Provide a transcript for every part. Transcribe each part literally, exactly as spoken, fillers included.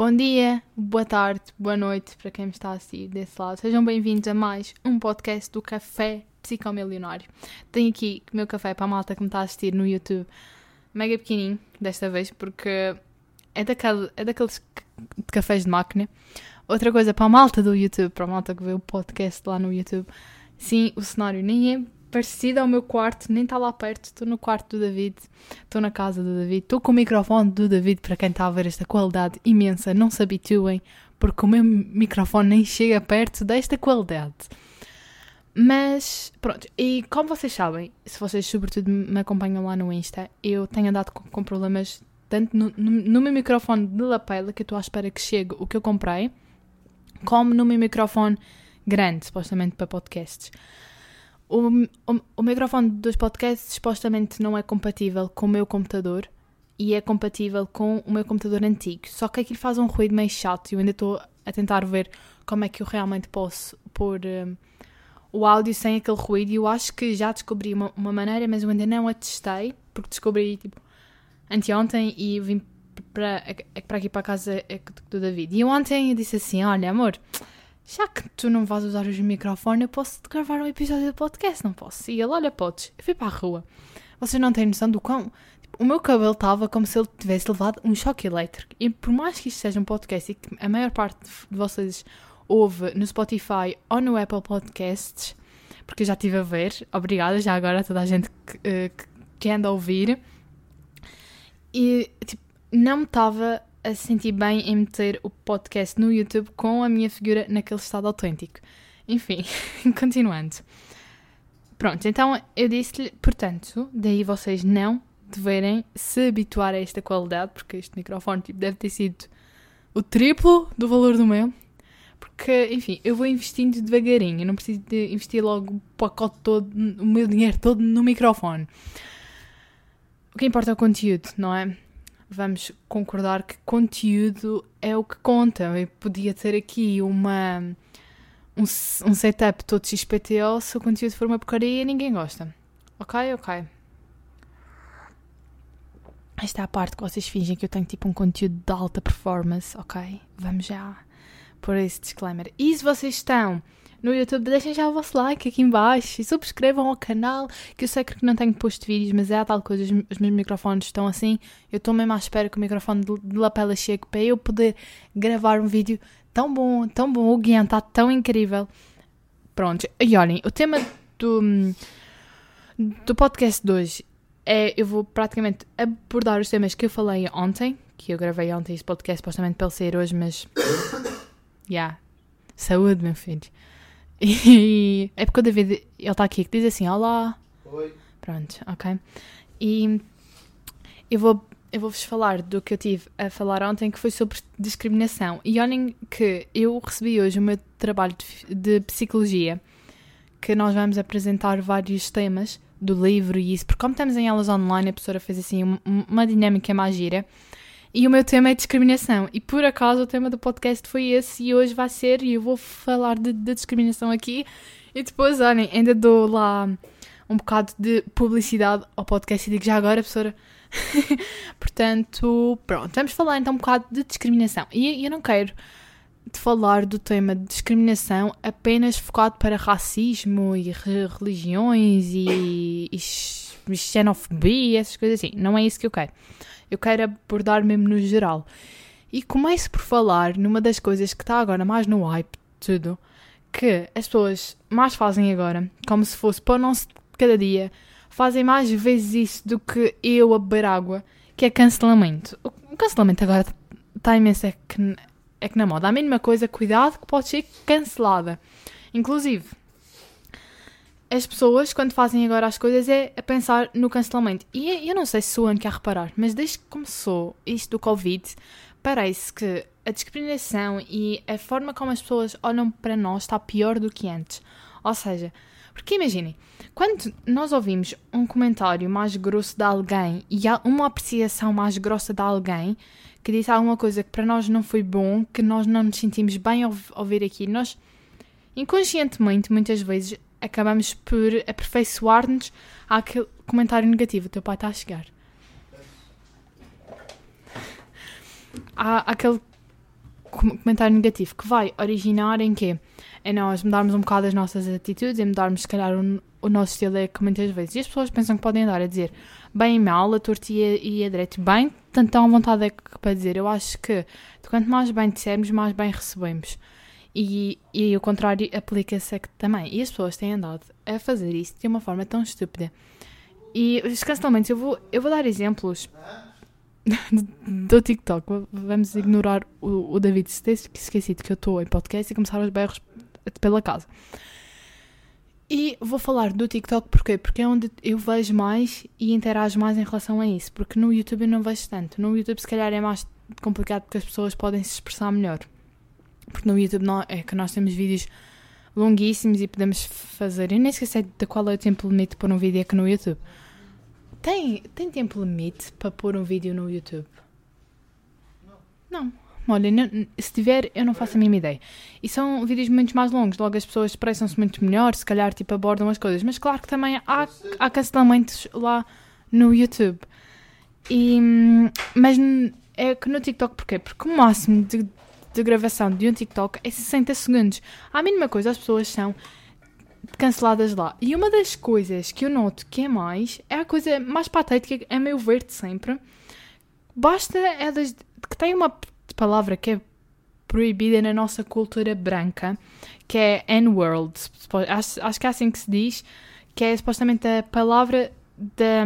Bom dia, boa tarde, boa noite para quem me está a assistir desse lado. Sejam bem-vindos a mais um podcast do Café Psicomilionário. Tenho aqui o meu café para a malta que me está a assistir no YouTube, mega pequenininho, desta vez, porque é, daquele, é daqueles de cafés de máquina. Outra coisa para a malta do YouTube, para a malta que vê o podcast lá no YouTube. Sim, o cenário nem é parecido ao meu quarto, nem está lá perto. Estou no quarto do David, estou na casa do David, estou com o microfone do David, para quem está a ver esta qualidade imensa. Não se habituem, porque o meu microfone nem chega perto desta qualidade. Mas, pronto, e como vocês sabem, se vocês sobretudo me acompanham lá no Insta, eu tenho andado com, com problemas tanto no, no, no meu microfone de lapela, que eu estou à espera que chegue o que eu comprei, como no meu microfone grande, supostamente para podcasts. O, o, o microfone dos podcasts supostamente não é compatível com o meu computador e é compatível com o meu computador antigo. Só que aquilo faz um ruído meio chato e eu ainda estou a tentar ver como é que eu realmente posso pôr um, o áudio sem aquele ruído. E eu acho que já descobri uma, uma maneira, mas eu ainda não a testei, porque descobri tipo anteontem e vim para, para aqui para a casa do David. E eu ontem eu disse assim, olha amor, já que tu não vais usar o microfone, eu posso gravar um episódio do podcast, não posso? E ele, olha, podes. Eu fui para a rua. Vocês não têm noção do quão... Tipo, o meu cabelo estava como se ele tivesse levado um choque elétrico. E por mais que isto seja um podcast e que a maior parte de vocês ouve no Spotify ou no Apple Podcasts, porque eu já estive a ver, obrigada já agora a toda a gente que, que, que anda a ouvir, e tipo, não me estava a sentir bem em meter o podcast no YouTube com a minha figura naquele estado autêntico. Enfim, continuando. Pronto, então eu disse-lhe, portanto, daí vocês não deverem se habituar a esta qualidade, porque este microfone tipo, deve ter sido o triplo do valor do meu, porque, enfim, eu vou investindo devagarinho, eu não preciso de investir logo o pacote todo, o meu dinheiro todo no microfone. O que importa é o conteúdo, não é? Vamos concordar que conteúdo é o que conta. Eu podia ter aqui uma, um, um setup todo X P T O, se o conteúdo for uma porcaria, ninguém gosta. Ok? Ok. Esta é a parte que vocês fingem que eu tenho tipo um conteúdo de alta performance. Ok? Vamos já pôr esse disclaimer. E se vocês estão no YouTube, deixem já o vosso like aqui em baixo e subscrevam ao canal, que eu sei que não tenho posto vídeos, mas é a tal coisa, os, os meus microfones estão assim, eu estou mesmo à espera que o microfone de, de lapela chegue para eu poder gravar um vídeo tão bom, tão bom, o guião está tão incrível. Pronto, e olhem, o tema do, do podcast de hoje é, eu vou praticamente abordar os temas que eu falei ontem, que eu gravei ontem este podcast supostamente para ele sair hoje, mas... yeah, saúde, meu filho. E é porque o David, ele está aqui, que diz assim, olá. Oi. Pronto, ok. E eu vou, eu vou-vos falar do que eu tive a falar ontem, que foi sobre discriminação. E olhem que eu recebi hoje o meu trabalho de, de psicologia, que nós vamos apresentar vários temas do livro e isso, porque como estamos em aulas online, a professora fez assim uma, uma dinâmica mais gira. E o meu tema é discriminação. E por acaso o tema do podcast foi esse e hoje vai ser, e eu vou falar de, de discriminação aqui. E depois, olhem, ainda dou lá um bocado de publicidade ao podcast e digo já agora, professora. Portanto, pronto, vamos falar então um bocado de discriminação. E eu não quero de falar do tema de discriminação apenas focado para racismo e re- religiões e, e xenofobia, essas coisas assim. Não é isso que eu quero. Eu quero abordar mesmo no geral. E começo por falar numa das coisas que está agora mais no hype de tudo, que as pessoas mais fazem agora, como se fosse pão-se de cada dia, fazem mais vezes isso do que eu a beber água, que é cancelamento. O cancelamento agora está imenso, é que, é que na moda. A mínima coisa, cuidado, que pode ser cancelada. Inclusive, as pessoas, quando fazem agora as coisas, é a pensar no cancelamento. E eu não sei se sou a única a reparar, mas desde que começou isto do Covid, parece que a discriminação e a forma como as pessoas olham para nós está pior do que antes. Ou seja, porque imaginem, quando nós ouvimos um comentário mais grosso de alguém e há uma apreciação mais grossa de alguém que disse alguma coisa que para nós não foi bom, que nós não nos sentimos bem ao ouvir aquilo, nós inconscientemente, muitas vezes, acabamos por aperfeiçoar-nos àquele comentário negativo. O teu pai está a chegar. Há aquele comentário negativo que vai originar em quê? É nós mudarmos um bocado as nossas atitudes e mudarmos, se calhar, o, o nosso estilo é que muitas vezes. E as pessoas pensam que podem andar a dizer bem e mal, a torto e a, e a direito. Bem, tanto à vontade é que para dizer. Eu acho que quanto mais bem dissermos, mais bem recebemos. E, e o contrário aplica-se aqui também. E as pessoas têm andado a fazer isso de uma forma tão estúpida. E os cancelamentos, eu vou, eu vou dar exemplos do TikTok. Vamos ignorar o, o David se ter esquecido que eu estou em podcast e começar os berros pela casa. E vou falar do TikTok porquê? Porque é onde eu vejo mais e interajo mais em relação a isso. Porque no YouTube eu não vejo tanto. No YouTube se calhar é mais complicado porque as pessoas podem se expressar melhor. Porque no YouTube não, é que nós temos vídeos longuíssimos e podemos fazer... Eu nem esqueci de qual é o tempo limite para um vídeo aqui no YouTube. Tem, tem tempo limite para pôr um vídeo no YouTube? Não. Não. Olha, não, se tiver, eu não faço a mínima ideia. E são vídeos muito mais longos. Logo as pessoas expressam-se muito melhor, se calhar tipo abordam as coisas. Mas claro que também há, há cancelamentos lá no YouTube. E, mas é que no TikTok porquê? Porque o máximo de, de gravação de um TikTok é sessenta segundos. À mínima coisa as pessoas são canceladas lá. E uma das coisas que eu noto que é mais, é a coisa mais patética, a meu ver de sempre. Basta elas que tem uma palavra que é proibida na nossa cultura branca, que é N-word. Acho, acho que é assim que se diz, que é supostamente a palavra da,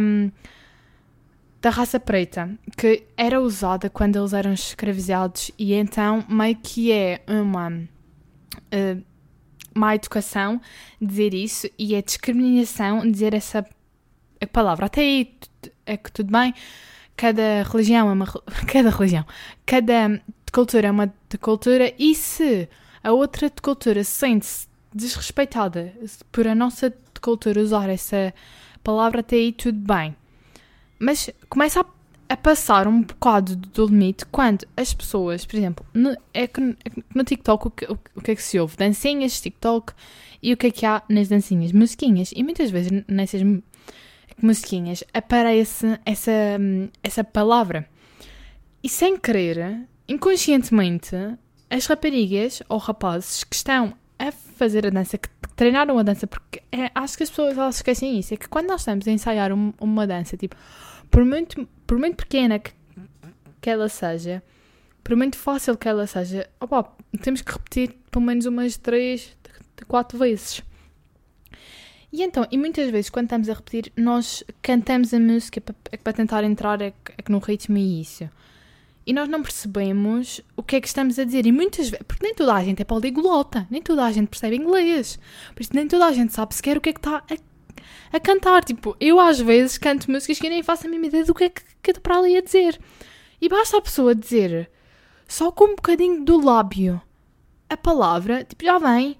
da raça preta, que era usada quando eles eram escravizados e então meio que é uma... Uh, má educação dizer isso e é discriminação dizer essa palavra. Até aí é que tudo bem, cada religião é uma cada religião, cada cultura é uma cultura e se a outra cultura sente-se desrespeitada por a nossa cultura usar essa palavra, até aí tudo bem. Mas começa a a passar um bocado do limite quando as pessoas, por exemplo, no, é que no, no TikTok o que, o, o que é que se ouve? Dancinhas, TikTok, e o que é que há nas dancinhas? Musiquinhas. E muitas vezes nessas musiquinhas aparece essa, essa palavra. E sem querer, inconscientemente, as raparigas ou rapazes que estão a fazer a dança, que treinaram a dança, porque é, acho que as pessoas elas esquecem isso, é que quando nós estamos a ensaiar um, uma dança, tipo, por muito, por muito pequena que, que ela seja, por muito fácil que ela seja, opa, temos que repetir pelo menos umas três, quatro vezes. E então, e muitas vezes quando estamos a repetir, nós cantamos a música para, para tentar entrar é que, é que no ritmo e isso. E nós não percebemos o que é que estamos a dizer. E muitas vezes, porque nem toda a gente é poliglota, nem toda a gente percebe inglês. Por isso nem toda a gente sabe sequer o que é que está a a cantar, tipo, eu às vezes canto músicas que eu nem faço a mínima ideia do que é que, que eu estou para ali a dizer. E basta a pessoa dizer, só com um bocadinho do lábio, a palavra, tipo, já vem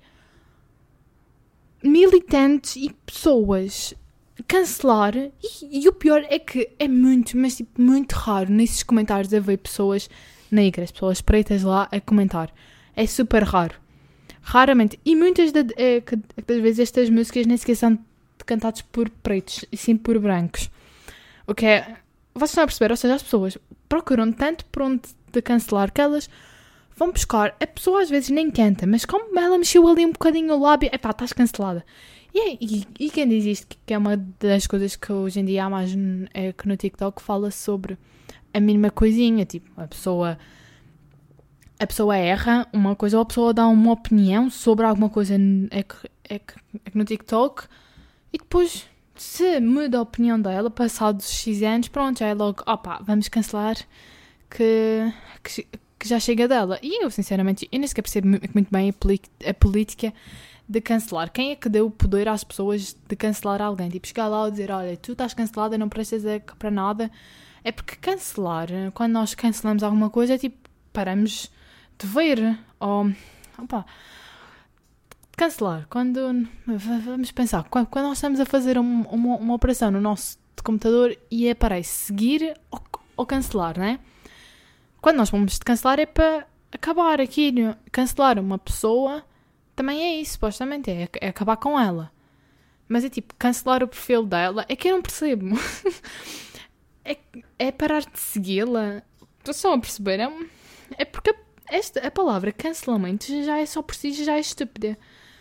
militantes e pessoas cancelar, e, e o pior é que é muito, mas tipo, muito raro nesses comentários haver pessoas negras, pessoas pretas lá a comentar. É super raro. Raramente. E muitas das, é, das vezes estas músicas nem sequer são cantados por pretos e sim por brancos. O que é... Vocês estão a perceber? Ou seja, as pessoas procuram tanto por onde de cancelar que elas vão buscar. A pessoa às vezes nem canta, mas como ela mexeu ali um bocadinho o lábio, epá, estás cancelada. E, e, e quem diz isto, que é uma das coisas que hoje em dia há mais é que no TikTok fala sobre a mínima coisinha, tipo, a pessoa... A pessoa erra uma coisa ou a pessoa dá uma opinião sobre alguma coisa é que, é que, é que no TikTok... E depois, se muda a opinião dela, passados X anos, pronto, já é logo, opá, vamos cancelar que, que, que já chega dela. E eu, sinceramente, eu nem sequer percebo muito bem a, a política de cancelar. Quem é que deu o poder às pessoas de cancelar alguém? Tipo, chegar lá e dizer, olha, tu estás cancelada, não prestas para nada. É porque cancelar, quando nós cancelamos alguma coisa, é tipo, paramos de ver. Ou, opá... Cancelar, quando, vamos pensar, quando nós estamos a fazer um, uma, uma operação no nosso computador e aparece seguir ou, ou cancelar, né? Quando nós vamos cancelar é para acabar aquilo. Cancelar uma pessoa também é isso, supostamente, é, é acabar com ela. Mas é tipo, cancelar o perfil dela, é que eu não percebo. é, é parar de segui-la. Estou só a perceber, é, é porque esta, a palavra cancelamento já é só por si, já é estúpida.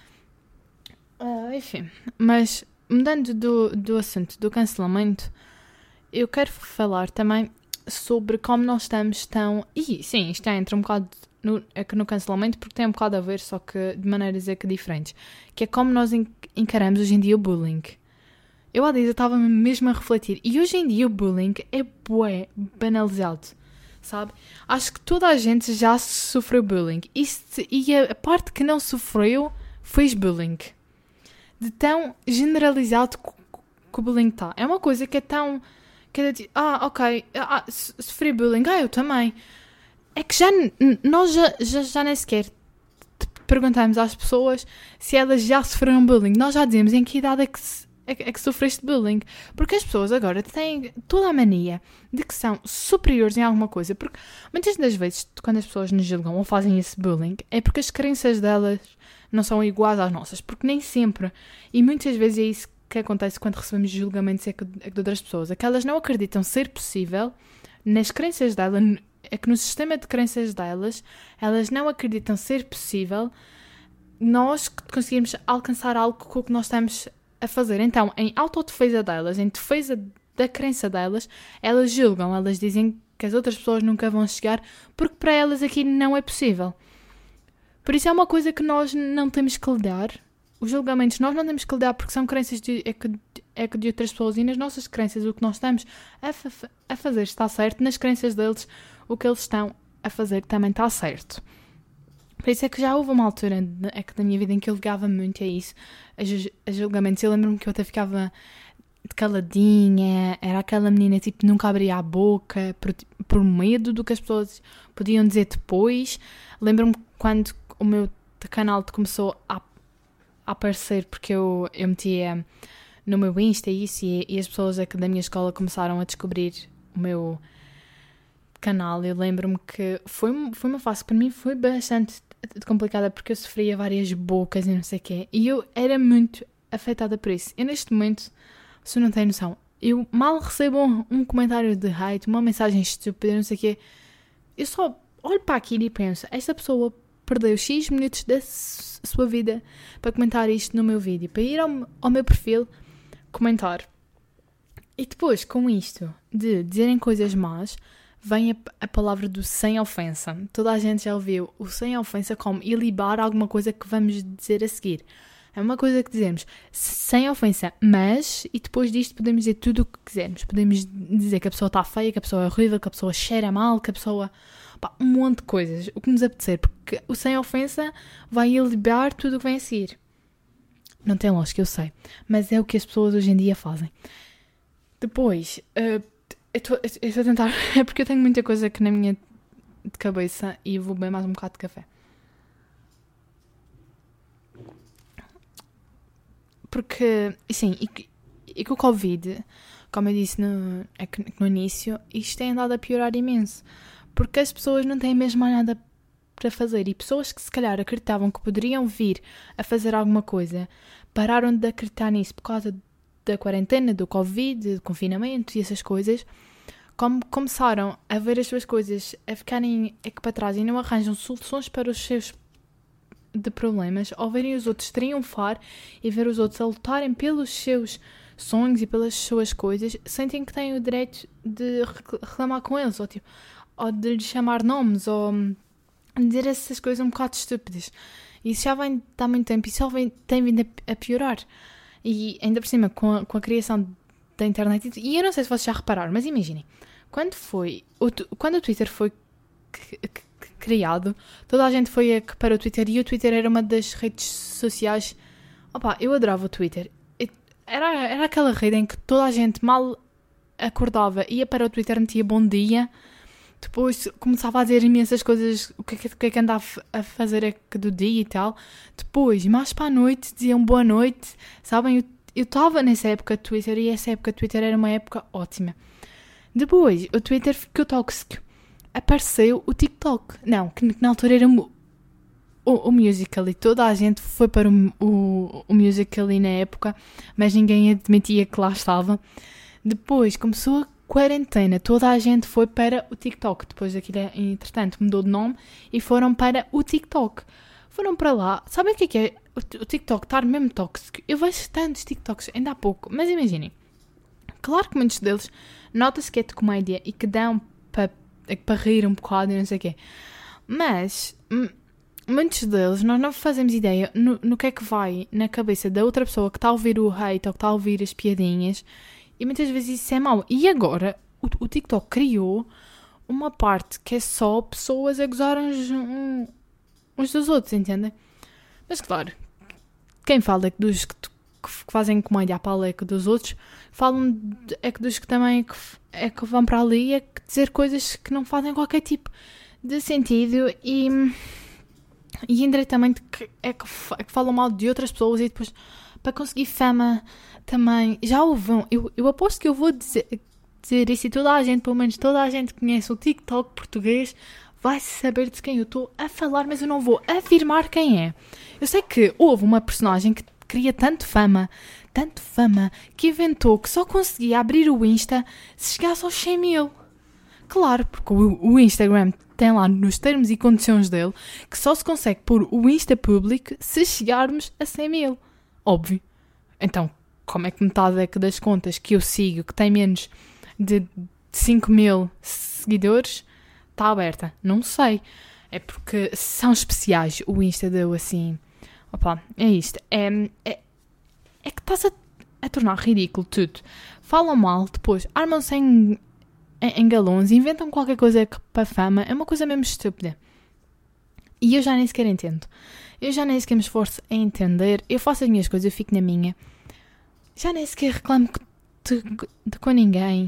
Uh, enfim, mas mudando do, do assunto do cancelamento, eu quero falar também sobre como nós estamos tão... E sim, isto já entra um bocado no, no cancelamento, porque tem um bocado a ver, só que de maneiras é que diferentes. Que é como nós encaramos hoje em dia o bullying. Eu há dias estava mesmo a refletir. E hoje em dia o bullying é bué banalizado, sabe? Acho que toda a gente já sofreu bullying. E, se, e a, a parte que não sofreu foi bullying. De tão generalizado que, que o bullying está. É uma coisa que é tão... Que é de, ah, ok, ah, sofri bullying, ah, eu também. É que já, nós já, já, já nem sequer perguntamos às pessoas se elas já sofreram bullying. Nós já dizemos em que idade é que, é, é que sofreste bullying. Porque as pessoas agora têm toda a mania de que são superiores em alguma coisa. Porque muitas das vezes, quando as pessoas nos julgam ou fazem esse bullying, é porque as crenças delas não são iguais às nossas. Porque nem sempre. E muitas vezes é isso que acontece quando recebemos julgamentos é que, é que de outras pessoas. É que elas não acreditam ser possível nas crenças delas, é que no sistema de crenças delas, elas não acreditam ser possível nós conseguirmos alcançar algo com o que nós estamos a fazer. Então, em autodefesa delas, em defesa da crença delas, elas julgam, elas dizem que as outras pessoas nunca vão chegar porque para elas aquilo não é possível. Por isso é uma coisa que nós não temos que lidar. Os julgamentos nós não temos que lidar porque são crenças de, é que, é que de outras pessoas, e nas nossas crenças o que nós estamos a, fa- a fazer está certo, nas crenças deles o que eles estão a fazer também está certo. Por isso é que já houve uma altura de, é que da minha vida em que eu ligava muito a isso, a, ju- a julgamentos. Eu lembro-me que eu até ficava caladinha, era aquela menina tipo nunca abria a boca por, por medo do que as pessoas podiam dizer depois. Lembro-me quando o meu canal começou a a aparecer, porque eu, eu metia no meu Insta isso, e, e as pessoas aqui da minha escola começaram a descobrir o meu canal. Eu lembro-me que foi, foi uma fase que para mim foi bastante complicada, porque eu sofria várias bocas e não sei o quê, e eu era muito afetada por isso. Eu neste momento, se não tem noção, eu mal recebo um, um comentário de hate, uma mensagem estúpida, não sei o quê, eu só olho para aquilo e penso, esta pessoa perdeu X minutos da sua vida para comentar isto no meu vídeo, para ir ao, ao meu perfil comentar. E depois, com isto de dizerem coisas más, vem a, a palavra do sem ofensa. Toda a gente já ouviu o sem ofensa como ilibar alguma coisa que vamos dizer a seguir. É uma coisa que dizemos sem ofensa, mas, e depois disto podemos dizer tudo o que quisermos. Podemos dizer que a pessoa está feia, que a pessoa é horrível, que a pessoa cheira mal, que a pessoa... Pá, um monte de coisas, o que nos apetecer, porque o sem ofensa vai ilibar tudo o que vem a seguir. Não tem lógica, eu sei, mas é o que as pessoas hoje em dia fazem. Depois, uh, eu estou a tentar, é porque eu tenho muita coisa aqui na minha de cabeça e vou beber mais um bocado de café. Porque, sim, e, e com o Covid, como eu disse no, no início, isto tem andado a piorar imenso. Porque as pessoas não têm mesmo mais nada para fazer. E pessoas que se calhar acreditavam que poderiam vir a fazer alguma coisa, pararam de acreditar nisso por causa da quarentena, do Covid, do confinamento e essas coisas. Como começaram a ver as suas coisas a ficarem aqui para trás e não arranjam soluções para os seus de problemas, ou verem os outros triunfar e ver os outros a lutarem pelos seus sonhos e pelas suas coisas, sentem que têm o direito de reclamar com eles, ou tipo... ou de lhe chamar nomes, ou dizer essas coisas um bocado estúpidas. E isso já vem há muito tempo, e só vem, tem vindo a piorar. E ainda por cima, com a, com a criação da internet, e eu não sei se vocês já repararam, mas imaginem, quando foi, o, quando o Twitter foi c- c- criado, toda a gente foi para o Twitter, e o Twitter era uma das redes sociais, opa, eu adorava o Twitter. Era, era aquela rede em que toda a gente mal acordava, ia para o Twitter, metia bom dia, depois começava a dizer imensas coisas, o que é que, o que, é que andava a fazer é que do dia e tal. Depois, mais para a noite, diziam boa noite. Sabem, eu estava nessa época de Twitter, e essa época de Twitter era uma época ótima. Depois, o Twitter ficou tóxico. Apareceu o TikTok. Não, que, que na altura era o, o, o Musical.ly. Toda a gente foi para o, o, o Musical.ly na época, mas ninguém admitia que lá estava. Depois, começou a quarentena, toda a gente foi para o TikTok. Depois daquilo, entretanto, mudou de nome e foram para o TikTok. Foram para lá. Sabem o que é que é? O TikTok estar mesmo tóxico. Eu vejo tantos TikToks, ainda há pouco. Mas imaginem. Claro que muitos deles nota-se que é de comédia e que dão para pa rir um bocado e não sei o quê. Mas m- muitos deles nós não fazemos ideia no, no que é que vai na cabeça da outra pessoa que está a ouvir o hate ou que está a ouvir as piadinhas. E muitas vezes isso é mau. E agora o, o TikTok criou uma parte que é só pessoas a gozar uns, um, uns dos outros, entendem? Mas claro, quem fala é que dos que, que fazem comédia à pala é que dos outros, falam de, é que dos que também é que, é que vão para ali é que dizer coisas que não fazem qualquer tipo de sentido e, e indiretamente que, é, que, é que falam mal de outras pessoas e depois para conseguir fama também. Já ouviram, eu, eu aposto que eu vou dizer, dizer isso e toda a gente, pelo menos toda a gente que conhece o TikTok português vai saber de quem eu estou a falar, mas eu não vou afirmar quem é. Eu sei que houve uma personagem que queria tanto fama, tanto fama, que inventou que só conseguia abrir o Insta se chegasse aos cem mil. Claro, porque o, o Instagram tem lá nos termos e condições dele que só se consegue pôr o Insta público se chegarmos a cem mil. Óbvio. Então, como é que metade é que das contas que eu sigo, que tem menos de cinco mil seguidores, está aberta? Não sei. É porque são especiais. O Insta deu assim... Opa, é isto. É, é, é que estás a, a tornar ridículo tudo. Falam mal, depois armam-se em, em, em galões, inventam qualquer coisa para fama. É uma coisa mesmo estúpida. E eu já nem sequer entendo. Eu já nem sequer me esforço a entender. Eu faço as minhas coisas, eu fico na minha. Já nem sequer reclamo de, de, de com ninguém.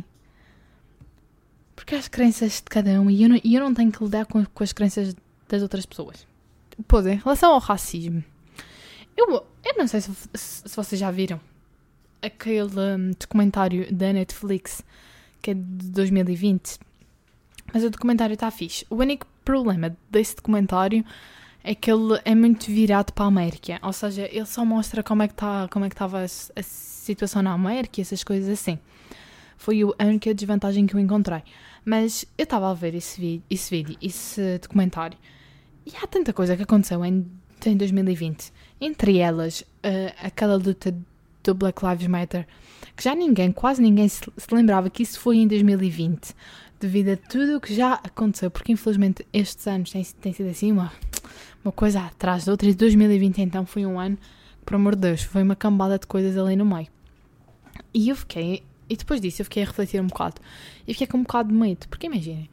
Porque as crenças de cada um. E eu não, e eu não tenho que lidar com, com as crenças das outras pessoas. Pois é, em relação ao racismo. Eu, eu não sei se, se, se vocês já viram aquele um, documentário da Netflix que é de dois mil e vinte. Mas o documentário está fixe. O único problema desse documentário é que ele é muito virado para a América. Ou seja, ele só mostra como é que tá, como é que estava a, a situação na América e essas coisas assim. Foi a única desvantagem que eu encontrei. Mas eu estava a ver esse, vi- esse vídeo, esse documentário. E há tanta coisa que aconteceu em, em dois mil e vinte. Entre elas, uh, aquela luta do Black Lives Matter, que já ninguém, quase ninguém se, se lembrava que isso foi em dois mil e vinte. Devido a tudo o que já aconteceu. Porque infelizmente estes anos têm, têm sido assim uma, uma coisa atrás da outra. E dois mil e vinte então foi um ano, por amor de Deus, foi uma cambada de coisas ali no meio. E eu fiquei... E depois disso eu fiquei a refletir um bocado. E fiquei com um bocado de medo. Porque imaginem,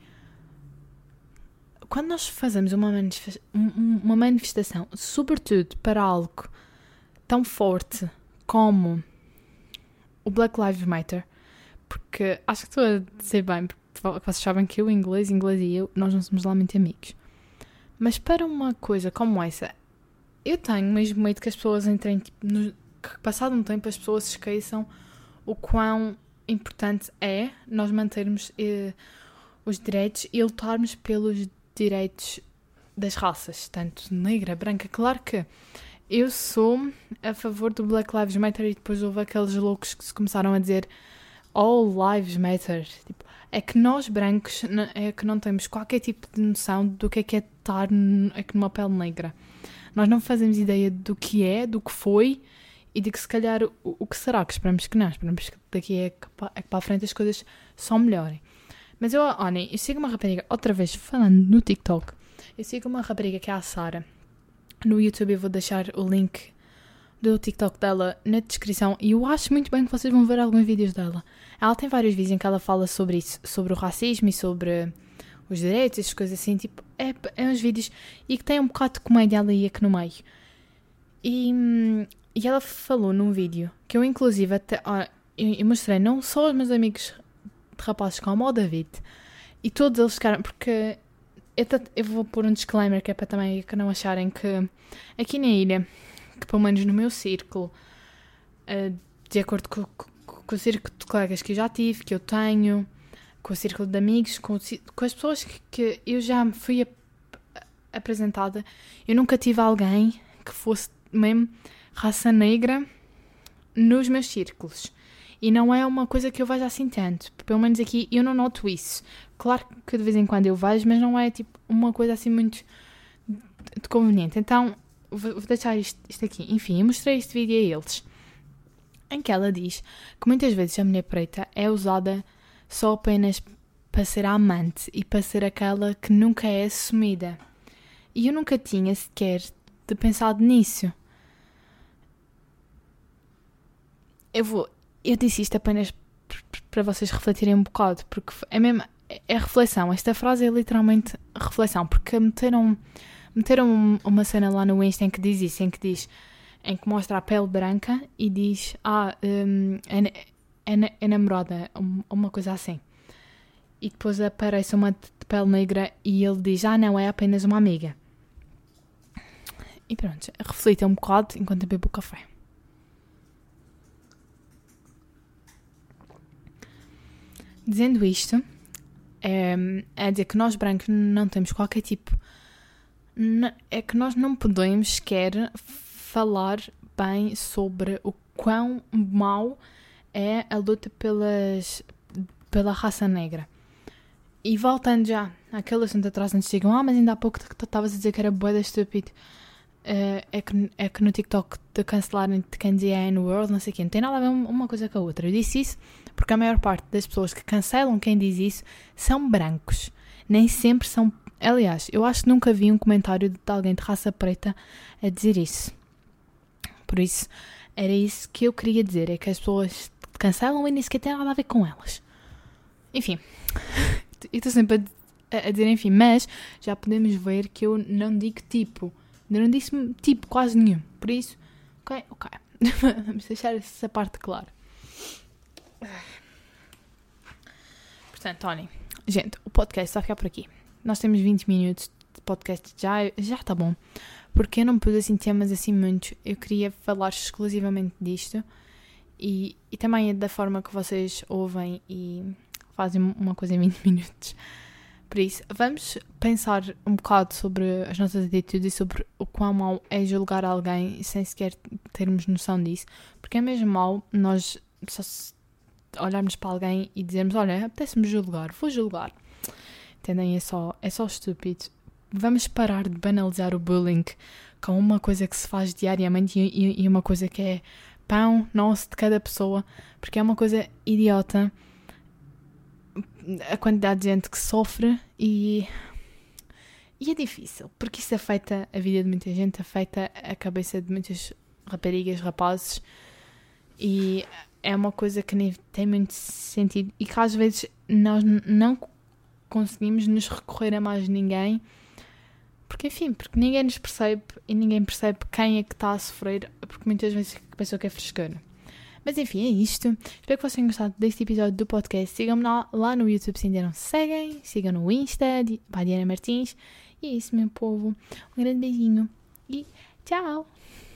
quando nós fazemos uma, manifesta- uma manifestação, sobretudo para algo tão forte como o Black Lives Matter, porque acho que estou a dizer bem, porque vocês sabem que eu, inglês, inglês e eu, nós não somos lá muito amigos. Mas para uma coisa como essa, eu tenho mesmo medo que as pessoas entrem, tipo, no, que passado um tempo as pessoas se esqueçam o quão importante é nós mantermos eh, os direitos e lutarmos pelos direitos das raças, tanto negra, branca. Claro que eu sou a favor do Black Lives Matter e depois houve aqueles loucos que se começaram a dizer All Lives Matter. Tipo, é que nós brancos é que não temos qualquer tipo de noção do que é que é estar aqui numa pele negra. Nós não fazemos ideia do que é, do que foi e de que se calhar o, o que será, que esperamos que não. Esperamos que daqui é que, é que para a frente as coisas só melhorem. Mas eu, olhem, eu sigo uma rapariga, outra vez falando no TikTok, eu sigo uma rapariga que é a Sara. No YouTube eu vou deixar o link do TikTok dela na descrição e eu acho muito bem que vocês vão ver alguns vídeos dela. Ela tem vários vídeos em que ela fala sobre isso, sobre o racismo e sobre os direitos, essas coisas assim, tipo, é, é uns vídeos e que tem um bocado de comédia ali aqui no meio. E, e ela falou num vídeo que eu inclusive até, ó, eu, eu mostrei não só aos meus amigos de rapazes como ao David e todos eles ficaram, porque eu, eu vou pôr um disclaimer que é para também que não acharem que aqui na ilha, que pelo menos no meu círculo, uh, de acordo com, com, com o círculo de colegas que eu já tive, que eu tenho, com o círculo de amigos, com, o, com as pessoas que, que eu já fui ap- apresentada, eu nunca tive alguém que fosse mesmo raça negra nos meus círculos. E não é uma coisa que eu vejo assim tanto. Pelo menos aqui eu não noto isso. Claro que de vez em quando eu vejo, mas não é tipo uma coisa assim muito de conveniente. Então, vou deixar isto, isto aqui. Enfim, eu mostrei este vídeo a eles, em que ela diz que muitas vezes a mulher preta é usada só apenas para ser a amante e para ser aquela que nunca é assumida. E eu nunca tinha sequer pensado nisso. Eu vou... Eu disse isto apenas para vocês refletirem um bocado, porque é mesmo... É reflexão. Esta frase é literalmente reflexão, porque meteram, meteram uma cena lá no Insta em que diz isso, em que diz... Em que mostra a pele branca e diz... Ah, um, é, é, é namorada, uma coisa assim. E depois aparece uma de pele negra e ele diz... Ah, não, é apenas uma amiga. E pronto, reflita um bocado enquanto eu bebo o café. Dizendo isto, é, é dizer que nós brancos não temos qualquer tipo... É que nós não podemos sequer falar bem sobre o quão mau é a luta pelas, pela raça negra. E voltando já àquele assunto atrás, antes digam, ah, mas ainda há pouco tu estavas a dizer que era bué da estúpido. Uh, é, que, é que no TikTok te cancelarem de quem dizia N-word, não sei o quê. Não tem nada a ver uma coisa com a outra. Eu disse isso porque a maior parte das pessoas que cancelam quem diz isso são brancos. Nem sempre são... Aliás, eu acho que nunca vi um comentário de alguém de raça preta a dizer isso. Por isso, era isso que eu queria dizer. É que as pessoas te cancelam e nem sequer tem nada a ver com elas. Enfim. Eu estou sempre a, a dizer enfim. Mas já podemos ver que eu não digo tipo... Eu não disse tipo quase nenhum. Por isso, ok, ok. Vamos deixar essa parte clara. Portanto, olhem. Gente, o podcast vai ficar por aqui. Nós temos vinte minutos de podcast. Já, já está bom. Porque eu não pus assim temas assim muitos. Eu queria falar exclusivamente disto. E, e também é da forma que vocês ouvem e fazem uma coisa em vinte minutos. Por isso, vamos pensar um bocado sobre as nossas atitudes e sobre o quão mau é julgar alguém sem sequer termos noção disso. Porque é mesmo mau nós só olharmos para alguém e dizermos, olha, apetece-me julgar, vou julgar. Entendem? É só, é só estúpido. Vamos parar de banalizar o bullying com uma coisa que se faz diariamente e, e uma coisa que é pão nosso de cada pessoa. Porque é uma coisa idiota. A quantidade de gente que sofre e, e é difícil, porque isso afeta a vida de muita gente, afeta a cabeça de muitas raparigas, rapazes, e é uma coisa que nem tem muito sentido e que às vezes nós não conseguimos nos recorrer a mais ninguém, porque enfim, porque ninguém nos percebe e ninguém percebe quem é que está a sofrer, porque muitas vezes a pessoa que é frescura. Mas enfim, é isto. Espero que vocês tenham gostado deste episódio do podcast. Sigam-me lá, lá no YouTube se ainda não seguem. Sigam no Insta, para Diana Martins. E é isso, meu povo. Um grande beijinho. E tchau!